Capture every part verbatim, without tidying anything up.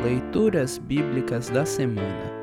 Leituras Bíblicas da Semana.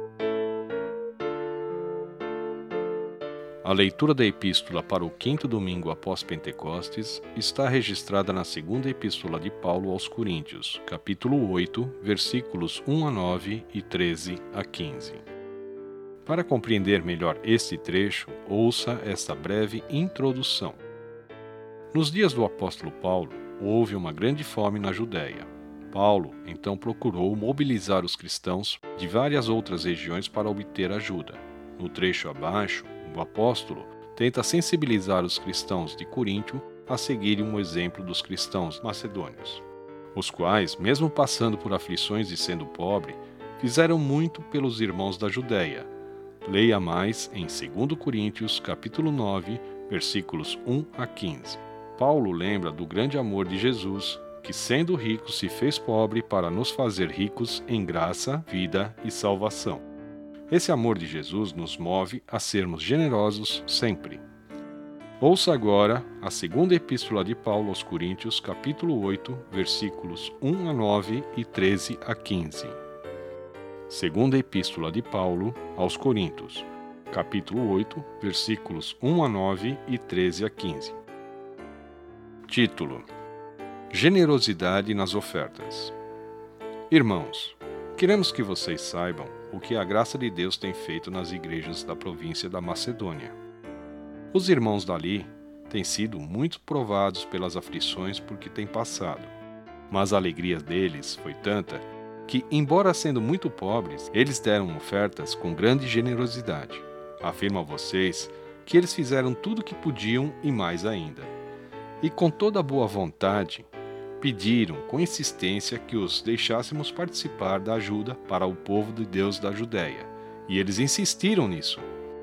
A leitura da Epístola para o quinto domingo após Pentecostes está registrada na segunda Epístola de Paulo aos Coríntios, capítulo oito, versículos um a nove e treze a quinze. Para compreender melhor este trecho, ouça esta breve introdução. Nos dias do apóstolo Paulo, houve uma grande fome na Judéia. Paulo, então, procurou mobilizar os cristãos de várias outras regiões para obter ajuda. No trecho abaixo, o apóstolo tenta sensibilizar os cristãos de Coríntio a seguirem o exemplo dos cristãos macedônios, os quais, mesmo passando por aflições e sendo pobre, fizeram muito pelos irmãos da Judéia. Leia mais em dois Coríntios, capítulo nove, versículos um a quinze. Paulo lembra do grande amor de Jesus, que sendo rico se fez pobre para nos fazer ricos em graça, vida e salvação. Esse amor de Jesus nos move a sermos generosos sempre. Ouça agora a segunda Epístola de Paulo aos Coríntios, capítulo oito, versículos um a nove e treze a quinze. Segunda Epístola de Paulo aos Coríntios, capítulo oito, versículos um a nove e treze a quinze. Título: Generosidade nas ofertas. Irmãos, queremos que vocês saibam o que a graça de Deus tem feito nas igrejas da província da Macedônia. Os irmãos dali têm sido muito provados pelas aflições por que têm passado, mas a alegria deles foi tanta que, embora sendo muito pobres, eles deram ofertas com grande generosidade. Afirmo a vocês que eles fizeram tudo o que podiam e mais ainda. E com toda a boa vontade, pediram com insistência que os deixássemos participar da ajuda para o povo de Deus da Judéia, e eles insistiram nisso.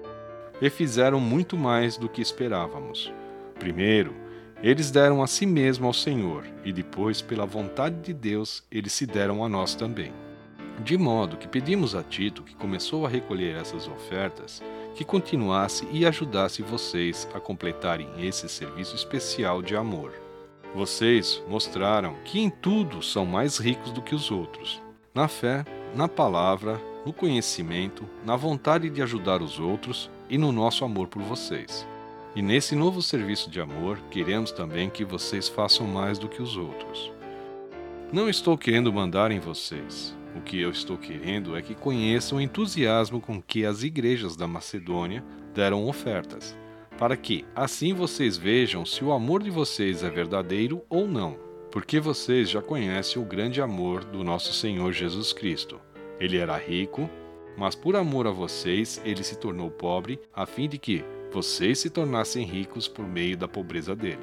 E fizeram muito mais do que esperávamos. Primeiro, eles deram a si mesmos ao Senhor, e depois, pela vontade de Deus, eles se deram a nós também. De modo que pedimos a Tito, que começou a recolher essas ofertas, que continuasse e ajudasse vocês a completarem esse serviço especial de amor. Vocês mostraram que em tudo são mais ricos do que os outros, na fé, na palavra, no conhecimento, na vontade de ajudar os outros e no nosso amor por vocês. E nesse novo serviço de amor, queremos também que vocês façam mais do que os outros. Não estou querendo mandar em vocês. O que eu estou querendo é que conheçam o entusiasmo com que as igrejas da Macedônia deram ofertas, para que, assim, vocês vejam se o amor de vocês é verdadeiro ou não, porque vocês já conhecem o grande amor do nosso Senhor Jesus Cristo. Ele era rico, mas por amor a vocês, ele se tornou pobre, a fim de que vocês se tornassem ricos por meio da pobreza dele.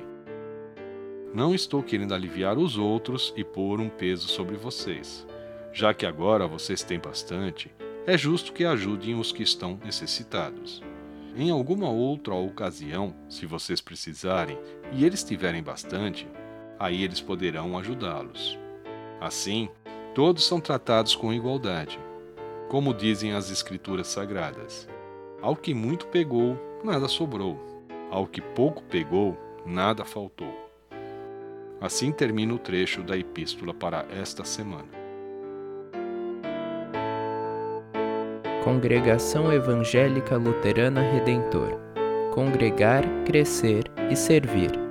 Não estou querendo aliviar os outros e pôr um peso sobre vocês. Já que agora vocês têm bastante, é justo que ajudem os que estão necessitados. Em alguma outra ocasião, se vocês precisarem e eles tiverem bastante, aí eles poderão ajudá-los. Assim, todos são tratados com igualdade. Como dizem as Escrituras Sagradas: ao que muito pegou, nada sobrou. Ao que pouco pegou, nada faltou. Assim termina o trecho da epístola para esta semana. Congregação Evangélica Luterana Redentor. Congregar, crescer e servir.